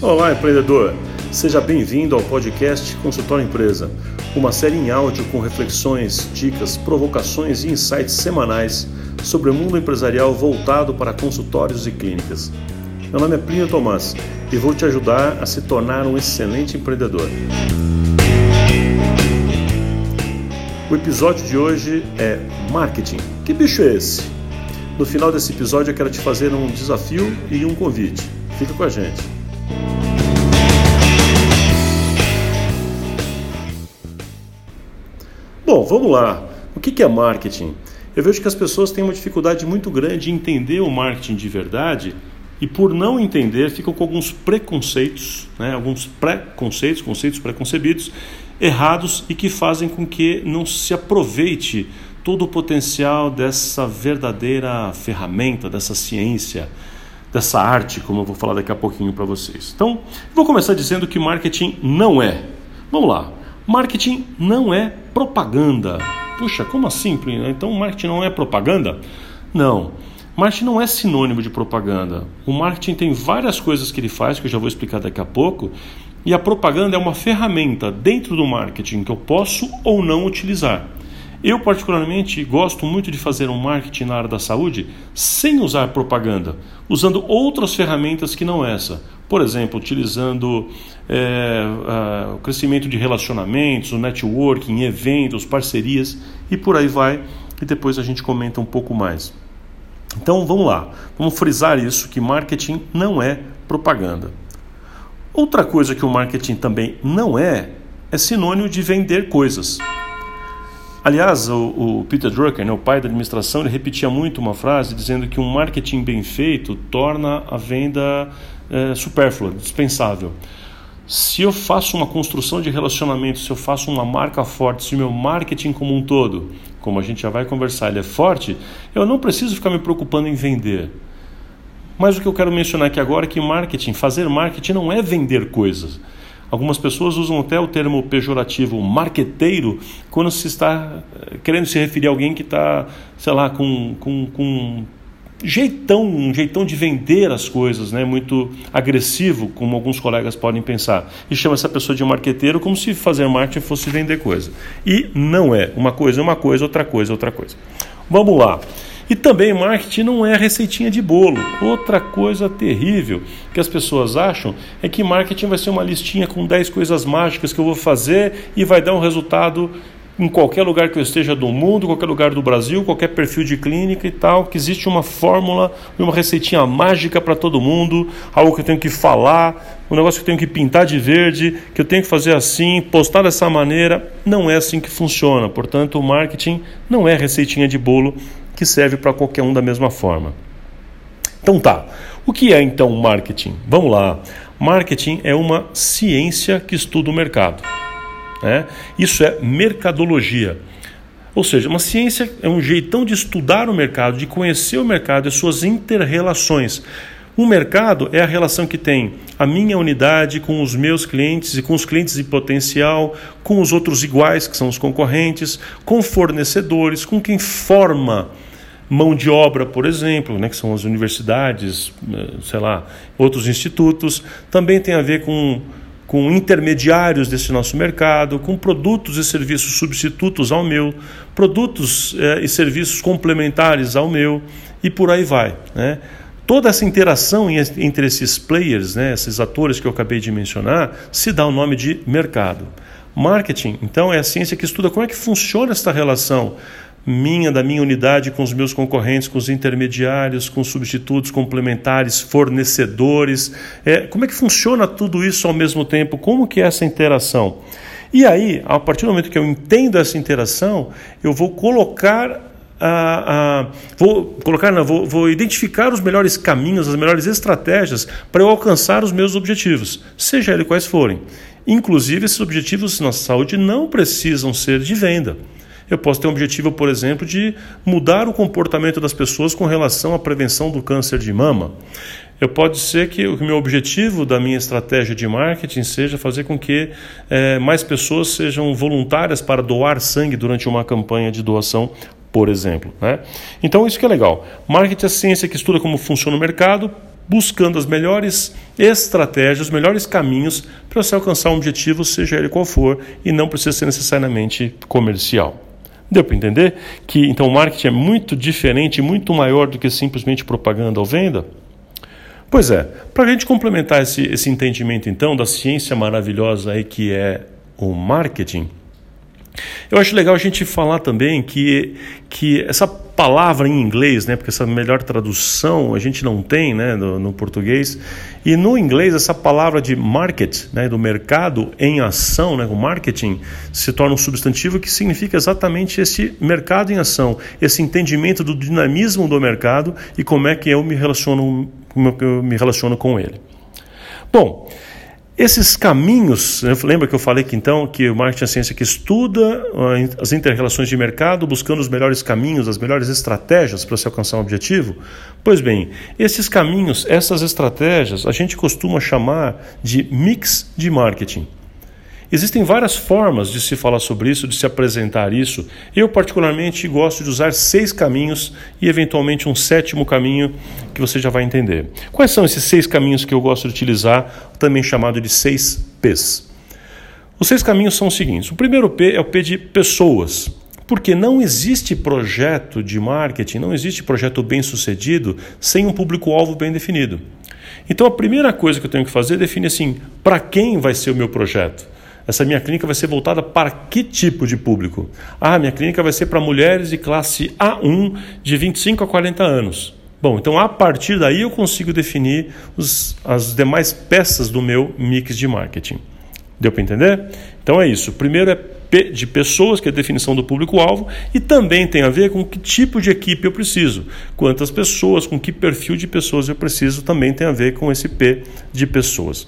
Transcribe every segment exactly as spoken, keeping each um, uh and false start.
Olá, empreendedor! Seja bem-vindo ao podcast Consultório Empresa, uma série em áudio com reflexões, dicas, provocações e insights semanais sobre o mundo empresarial voltado para consultórios e clínicas. Meu nome é Plínio Tomás e vou te ajudar a se tornar um excelente empreendedor. O episódio de hoje é Marketing. Que bicho é esse? No final desse episódio eu quero te fazer um desafio e um convite. Fica com a gente. Bom, vamos lá. O que é marketing? Eu vejo que as pessoas têm uma dificuldade muito grande em entender o marketing de verdade e, por não entender, ficam com alguns preconceitos, né? alguns pré-conceitos, conceitos preconcebidos, errados e que fazem com que não se aproveite todo o potencial dessa verdadeira ferramenta, dessa ciência, dessa arte, como eu vou falar daqui a pouquinho para vocês. Então, vou começar dizendo que marketing não é. Vamos lá. Marketing não é propaganda. Puxa, como assim? Então marketing não é propaganda? Não. Marketing não é sinônimo de propaganda. O marketing tem várias coisas que ele faz, que eu já vou explicar daqui a pouco, e a propaganda é uma ferramenta dentro do marketing que eu posso ou não utilizar. Eu, particularmente, gosto muito de fazer um marketing na área da saúde sem usar propaganda, usando outras ferramentas que não essa. Por exemplo, utilizando é, uh, o crescimento de relacionamentos, o networking, eventos, parcerias e por aí vai, e depois a gente comenta um pouco mais. Então vamos lá, vamos frisar isso, que marketing não é propaganda. Outra coisa que o marketing também não é, é sinônimo de vender coisas. Aliás, o, o Peter Drucker, né, o pai da administração, ele repetia muito uma frase dizendo que um marketing bem feito torna a venda é, supérflua, dispensável. Se eu faço uma construção de relacionamento, se eu faço uma marca forte, se o meu marketing como um todo, como a gente já vai conversar, ele é forte, eu não preciso ficar me preocupando em vender. Mas o que eu quero mencionar aqui agora é que marketing, fazer marketing não é vender coisas. Algumas pessoas usam até o termo pejorativo marqueteiro quando se está querendo se referir a alguém que está, sei lá, com, com, com jeitão, um jeitão de vender as coisas, né? Muito agressivo, como alguns colegas podem pensar. E chama essa pessoa de marqueteiro como se fazer marketing fosse vender coisa. E não é. Uma coisa é uma coisa, outra coisa é outra coisa. Vamos lá. E também marketing não é receitinha de bolo. Outra coisa terrível que as pessoas acham é que marketing vai ser uma listinha com dez coisas mágicas que eu vou fazer e vai dar um resultado em qualquer lugar que eu esteja do mundo, qualquer lugar do Brasil, qualquer perfil de clínica e tal, que existe uma fórmula, uma receitinha mágica para todo mundo, algo que eu tenho que falar, um negócio que eu tenho que pintar de verde, que eu tenho que fazer assim, postar dessa maneira. Não é assim que funciona. Portanto, o marketing não é receitinha de bolo que serve para qualquer um da mesma forma. Então tá, o que é então marketing? Vamos lá. Marketing é uma ciência que estuda o mercado. Né? Isso é mercadologia. Ou seja, uma ciência é um jeitão de estudar o mercado, de conhecer o mercado e suas inter-relações. O mercado é a relação que tem a minha unidade com os meus clientes e com os clientes de potencial, com os outros iguais, que são os concorrentes, com fornecedores, com quem forma mão de obra, por exemplo, né, que são as universidades, sei lá, outros institutos. Também tem a ver com, com intermediários desse nosso mercado, com produtos e serviços substitutos ao meu, produtos eh, e serviços complementares ao meu, e por aí vai, né? Toda essa interação entre esses players, né, esses atores que eu acabei de mencionar, se dá o nome de mercado. Marketing, então, é a ciência que estuda como é que funciona essa relação minha, da minha unidade com os meus concorrentes, com os intermediários, com substitutos complementares, fornecedores. É, como é que funciona tudo isso ao mesmo tempo? Como que é essa interação? E aí, a partir do momento que eu entendo essa interação, eu vou colocar... Ah, ah, vou colocar, não, vou, vou identificar os melhores caminhos, as melhores estratégias para eu alcançar os meus objetivos, seja eles quais forem. Inclusive, esses objetivos na saúde não precisam ser de venda. Eu posso ter um objetivo, por exemplo, de mudar o comportamento das pessoas com relação à prevenção do câncer de mama. Eu pode ser que o meu objetivo da minha estratégia de marketing seja fazer com que é, mais pessoas sejam voluntárias para doar sangue durante uma campanha de doação, por exemplo, né? Então isso que é legal. Marketing é a ciência que estuda como funciona o mercado buscando as melhores estratégias, os melhores caminhos para você alcançar um objetivo, seja ele qual for, e não precisa ser necessariamente comercial. Deu para entender que então o marketing é muito diferente, muito maior do que simplesmente propaganda ou venda? Pois é, para a gente complementar esse, esse entendimento então da ciência maravilhosa aí que é o marketing, eu acho legal a gente falar também que, que essa palavra em inglês, né, porque essa melhor tradução a gente não tem, né, no, no português, e no inglês essa palavra de market, né, do mercado em ação, né, o marketing, se torna um substantivo que significa exatamente esse mercado em ação, esse entendimento do dinamismo do mercado e como é que eu me relaciono, como é que eu me relaciono com ele. Bom, esses caminhos, lembra que eu falei que então que o marketing é a ciência que estuda as inter-relações de mercado, buscando os melhores caminhos, as melhores estratégias para se alcançar um objetivo? Pois bem, esses caminhos, essas estratégias, a gente costuma chamar de mix de marketing. Existem várias formas de se falar sobre isso, de se apresentar isso. Eu, particularmente, gosto de usar seis caminhos e, eventualmente, um sétimo caminho que você já vai entender. Quais são esses seis caminhos que eu gosto de utilizar, também chamado de seis P's? Os seis caminhos são os seguintes. O primeiro P é o P de pessoas. Porque não existe projeto de marketing, não existe projeto bem-sucedido sem um público-alvo bem definido. Então, a primeira coisa que eu tenho que fazer é definir assim, para quem vai ser o meu projeto? Essa minha clínica vai ser voltada para que tipo de público? Ah, minha clínica vai ser para mulheres de classe A um de vinte e cinco a quarenta anos. Bom, então a partir daí eu consigo definir os, as demais peças do meu mix de marketing. Deu para entender? Então é isso. Primeiro é P de pessoas, que é a definição do público-alvo, e também tem a ver com que tipo de equipe eu preciso. Quantas pessoas, com que perfil de pessoas eu preciso, também tem a ver com esse P de pessoas.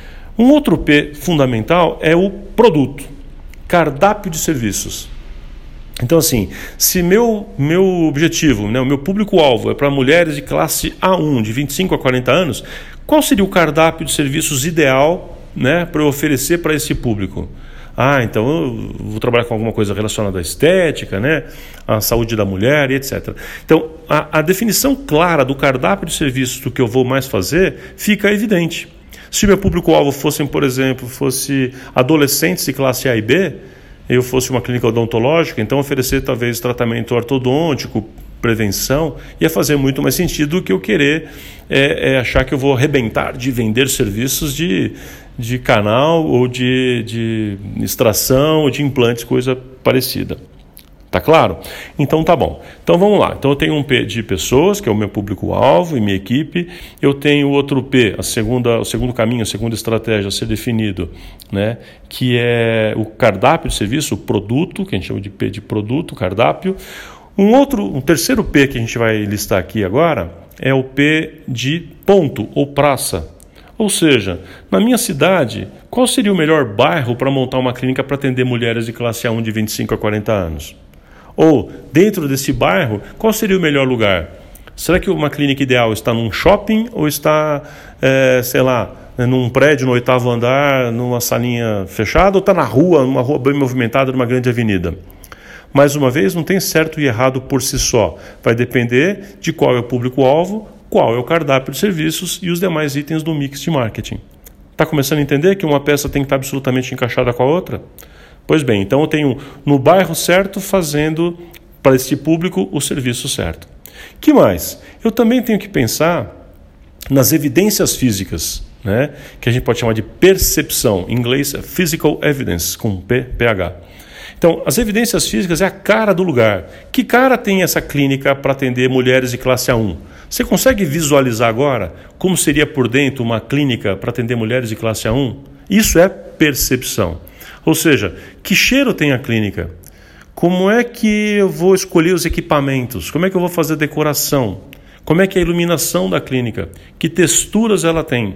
Um outro P fundamental é o produto, cardápio de serviços. Então, assim, se meu, meu objetivo, né, o meu público-alvo é para mulheres de classe A um, de vinte e cinco a quarenta anos, qual seria o cardápio de serviços ideal, né, para eu oferecer para esse público? Ah, então eu vou trabalhar com alguma coisa relacionada à estética, né, à saúde da mulher e etcétera. Então, a, a definição clara do cardápio de serviços do que eu vou mais fazer fica evidente. Se meu público-alvo fossem, por exemplo, fosse adolescentes de classe A e B, eu fosse uma clínica odontológica, então oferecer talvez tratamento ortodôntico, prevenção, ia fazer muito mais sentido do que eu querer é, é achar que eu vou arrebentar de vender serviços de, de canal ou de, de extração ou de implantes, coisa parecida. Tá claro? Então tá bom. Então vamos lá. Então eu tenho um P de pessoas, que é o meu público-alvo e minha equipe. Eu tenho outro P, a segunda, o segundo caminho, a segunda estratégia a ser definido, né? Que é o cardápio de serviço, o produto, que a gente chama de P de produto, cardápio. Um outro, um terceiro P que a gente vai listar aqui agora é o P de ponto ou praça. Ou seja, na minha cidade, qual seria o melhor bairro para montar uma clínica para atender mulheres de classe A um de vinte e cinco a quarenta anos? Ou, dentro desse bairro, qual seria o melhor lugar? Será que uma clínica ideal está num shopping ou está, é, sei lá, num prédio no oitavo andar, numa salinha fechada, ou está na rua, numa rua bem movimentada, numa grande avenida? Mais uma vez, não tem certo e errado por si só. Vai depender de qual é o público-alvo, qual é o cardápio de serviços e os demais itens do mix de marketing. Está começando a entender que uma peça tem que estar absolutamente encaixada com a outra? Pois bem, então eu tenho no bairro certo fazendo para esse público o serviço certo. Que mais? Eu também tenho que pensar nas evidências físicas, né? Que a gente pode chamar de percepção. Em inglês é physical evidence, com P, P H. Então, as evidências físicas é a cara do lugar. Que cara tem essa clínica para atender mulheres de classe A um? Você consegue visualizar agora como seria por dentro uma clínica para atender mulheres de classe A um? Isso é percepção. Ou seja, que cheiro tem a clínica? Como é que eu vou escolher os equipamentos? Como é que eu vou fazer a decoração? Como é que é a iluminação da clínica? Que texturas ela tem?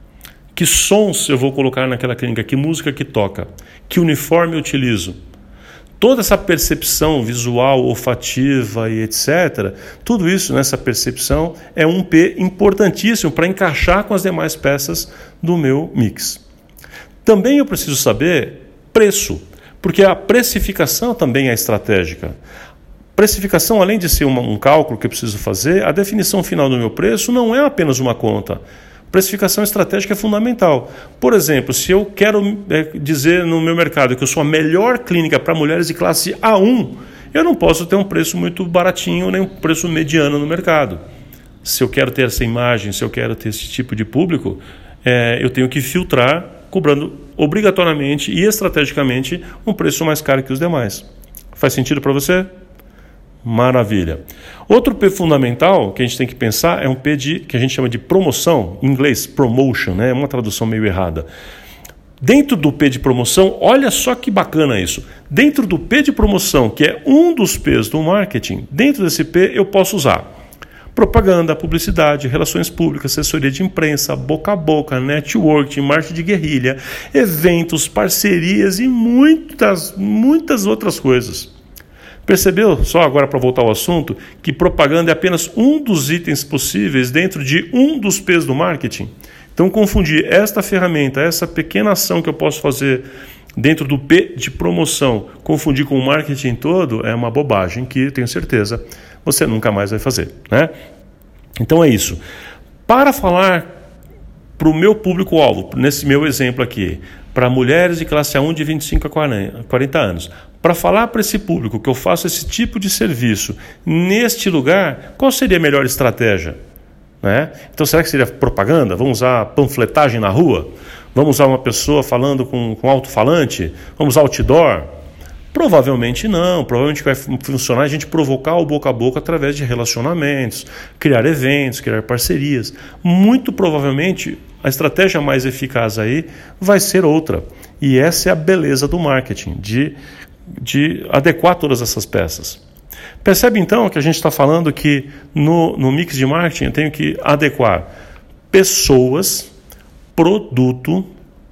Que sons eu vou colocar naquela clínica? Que música que toca? Que uniforme eu utilizo? Toda essa percepção visual, olfativa e etcétera, tudo isso nessa percepção é um P importantíssimo para encaixar com as demais peças do meu mix. Também eu preciso saber preço, porque a precificação também é estratégica. Precificação, além de ser uma, um cálculo que eu preciso fazer, a definição final do meu preço não é apenas uma conta. Precificação estratégica é fundamental. Por exemplo, se eu quero é, dizer no meu mercado que eu sou a melhor clínica para mulheres de classe A um, eu não posso ter um preço muito baratinho, nem um preço mediano no mercado. Se eu quero ter essa imagem, se eu quero ter esse tipo de público, é, eu tenho que filtrar, cobrando obrigatoriamente e estrategicamente um preço mais caro que os demais. Faz sentido para você? Maravilha. Outro P fundamental que a gente tem que pensar é um P de, que a gente chama de promoção, em inglês promotion, né? Uma tradução meio errada. Dentro do P de promoção, olha só que bacana isso. Dentro do P de promoção, que é um dos P's do marketing, dentro desse P eu posso usar propaganda, publicidade, relações públicas, assessoria de imprensa, boca a boca, networking, marketing de guerrilha, eventos, parcerias e muitas, muitas outras coisas. Percebeu, só agora para voltar ao assunto, que propaganda é apenas um dos itens possíveis dentro de um dos P's do marketing? Então, confundir esta ferramenta, essa pequena ação que eu posso fazer dentro do P de promoção, confundir com o marketing todo, é uma bobagem que, tenho certeza, você nunca mais vai fazer, né? Então é isso. Para falar para o meu público-alvo, nesse meu exemplo aqui, para mulheres de classe A um de vinte e cinco a quarenta anos, para falar para esse público que eu faço esse tipo de serviço neste lugar, qual seria a melhor estratégia? Né? Então, será que seria propaganda? Vamos usar panfletagem na rua? Vamos usar uma pessoa falando com, com alto-falante? Vamos usar outdoor? Provavelmente não. Provavelmente vai funcionar a gente provocar o boca a boca através de relacionamentos, criar eventos, criar parcerias. Muito provavelmente a estratégia mais eficaz aí vai ser outra. E essa é a beleza do marketing, de, de adequar todas essas peças. Percebe então que a gente está falando que no, no mix de marketing eu tenho que adequar pessoas, produto,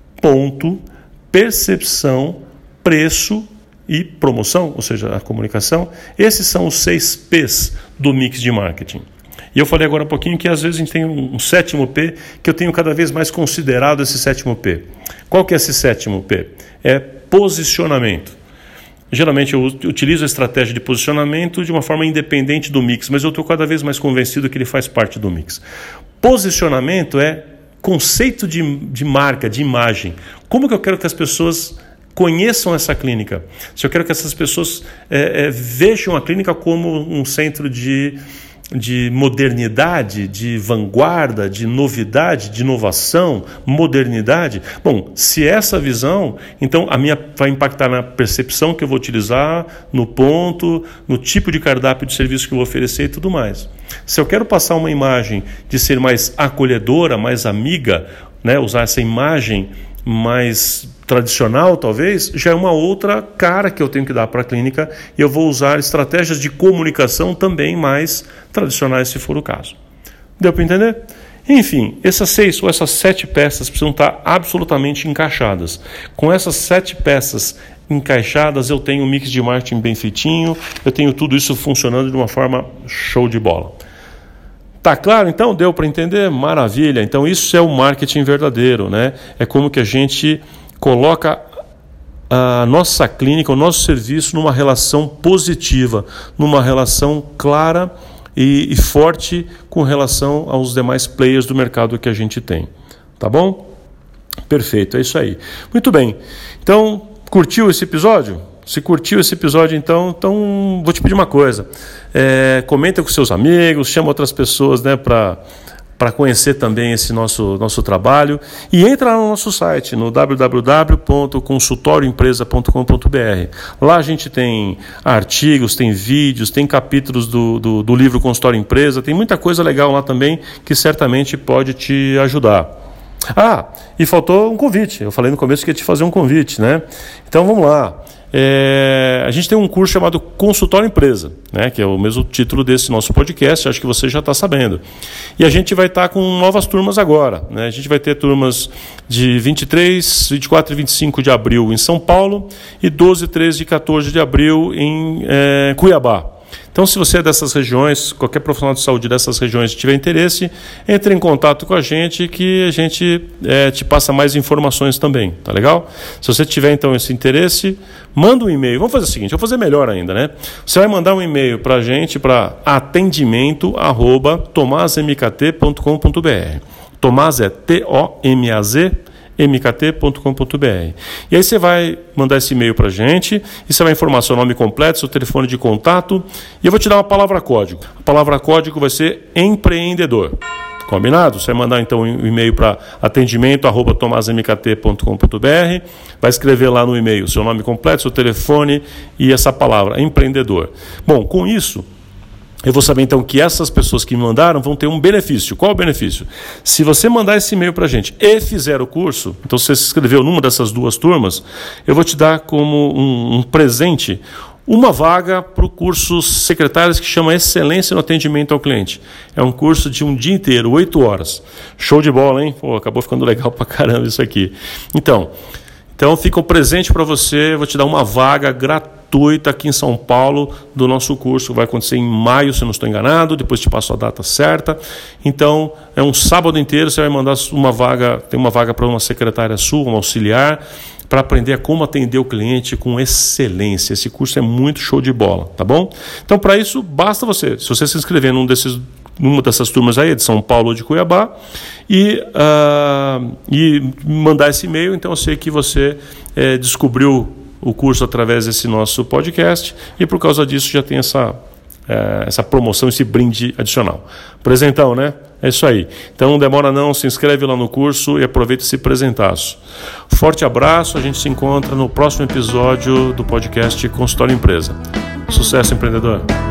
ponto, percepção, preço e promoção, ou seja, a comunicação. Esses são os seis P's do mix de marketing. E eu falei agora um pouquinho que às vezes a gente tem um, um sétimo P, que eu tenho cada vez mais considerado esse sétimo P. Qual que é esse sétimo P? É posicionamento. Geralmente eu utilizo a estratégia de posicionamento de uma forma independente do mix, mas eu estou cada vez mais convencido que ele faz parte do mix. Posicionamento é conceito de, de marca, de imagem. Como que eu quero que as pessoas conheçam essa clínica? Se eu quero que essas pessoas é, é, vejam a clínica como um centro de... de modernidade, de vanguarda, de novidade, de inovação, modernidade. Bom, se essa visão, então a minha vai impactar na percepção que eu vou utilizar, no ponto, no tipo de cardápio de serviço que eu vou oferecer e tudo mais. Se eu quero passar uma imagem de ser mais acolhedora, mais amiga, né, usar essa imagem mais tradicional, talvez, já é uma outra cara que eu tenho que dar para a clínica e eu vou usar estratégias de comunicação também mais tradicionais, se for o caso. Deu para entender? Enfim, essas seis ou essas sete peças precisam estar absolutamente encaixadas. Com essas sete peças encaixadas, eu tenho um mix de marketing bem feitinho, eu tenho tudo isso funcionando de uma forma show de bola. Tá claro? Então, deu para entender? Maravilha. Então, isso é o marketing verdadeiro, né? É como que a gente coloca a nossa clínica, o nosso serviço numa relação positiva, numa relação clara e, e forte com relação aos demais players do mercado que a gente tem. Tá bom? Perfeito, é isso aí. Muito bem. Então, curtiu esse episódio? Se curtiu esse episódio, então, então vou te pedir uma coisa. É, comenta com seus amigos, chama outras pessoas, né, para para conhecer também esse nosso, nosso trabalho. E entra lá no nosso site, no w w w ponto consultório empresa ponto com ponto b r. Lá a gente tem artigos, tem vídeos, tem capítulos do, do, do livro Consultório Empresa, tem muita coisa legal lá também que certamente pode te ajudar. Ah, e faltou um convite. Eu falei no começo que ia te fazer um convite, né? Então vamos lá. É, a gente tem um curso chamado Consultório Empresa, né, que é o mesmo título desse nosso podcast, acho que você já está sabendo. E a gente vai estar tá com novas turmas agora, né? A gente vai ter turmas de vinte e três, vinte e quatro e vinte e cinco de abril em São Paulo e doze, treze e quatorze de abril em é, Cuiabá. Então, se você é dessas regiões, qualquer profissional de saúde dessas regiões tiver interesse, entre em contato com a gente que a gente é, te passa mais informações também, tá legal? Se você tiver, então, esse interesse, manda um e-mail. Vamos fazer o seguinte, vamos fazer melhor ainda, né? Você vai mandar um e-mail para a gente para atendimento arroba tomaz m k t ponto com ponto b r. Tomaz é T O M A Z m k t ponto com ponto b r. E aí você vai mandar esse e-mail para a gente e você vai informar seu nome completo, seu telefone de contato e eu vou te dar uma palavra código. A palavra código vai ser empreendedor. Combinado? Você vai mandar então um e-mail para atendimento arroba tomaz m k t ponto com ponto b r, vai escrever lá no e-mail seu nome completo, seu telefone e essa palavra, empreendedor. Bom, com isso, eu vou saber então que essas pessoas que me mandaram vão ter um benefício. Qual o benefício? Se você mandar esse e-mail para a gente e fizer o curso, então se você se inscreveu numa dessas duas turmas, eu vou te dar como um, um presente uma vaga para o curso Secretários que chama Excelência no Atendimento ao Cliente. É um curso de um dia inteiro, oito horas. Show de bola, hein? Pô, acabou ficando legal pra caramba isso aqui. Então, então fica o presente para você, vou te dar uma vaga gratuita aqui em São Paulo do nosso curso, vai acontecer em maio, se eu não estou enganado, depois te passo a data certa. Então, é um sábado inteiro, você vai mandar uma vaga, tem uma vaga para uma secretária sua, um auxiliar, para aprender a como atender o cliente com excelência. Esse curso é muito show de bola, tá bom? Então, para isso, basta você, se você se inscrever num desses, numa dessas turmas aí, de São Paulo ou de Cuiabá, e, uh, e mandar esse e-mail, então eu sei que você é, descobriu o curso através desse nosso podcast e por causa disso já tem essa, é, essa promoção, esse brinde adicional. Presentão, né? É isso aí. Então não demora não, se inscreve lá no curso e aproveita esse presentaço. Forte abraço, a gente se encontra no próximo episódio do podcast Consultório Empresa. Sucesso, empreendedor!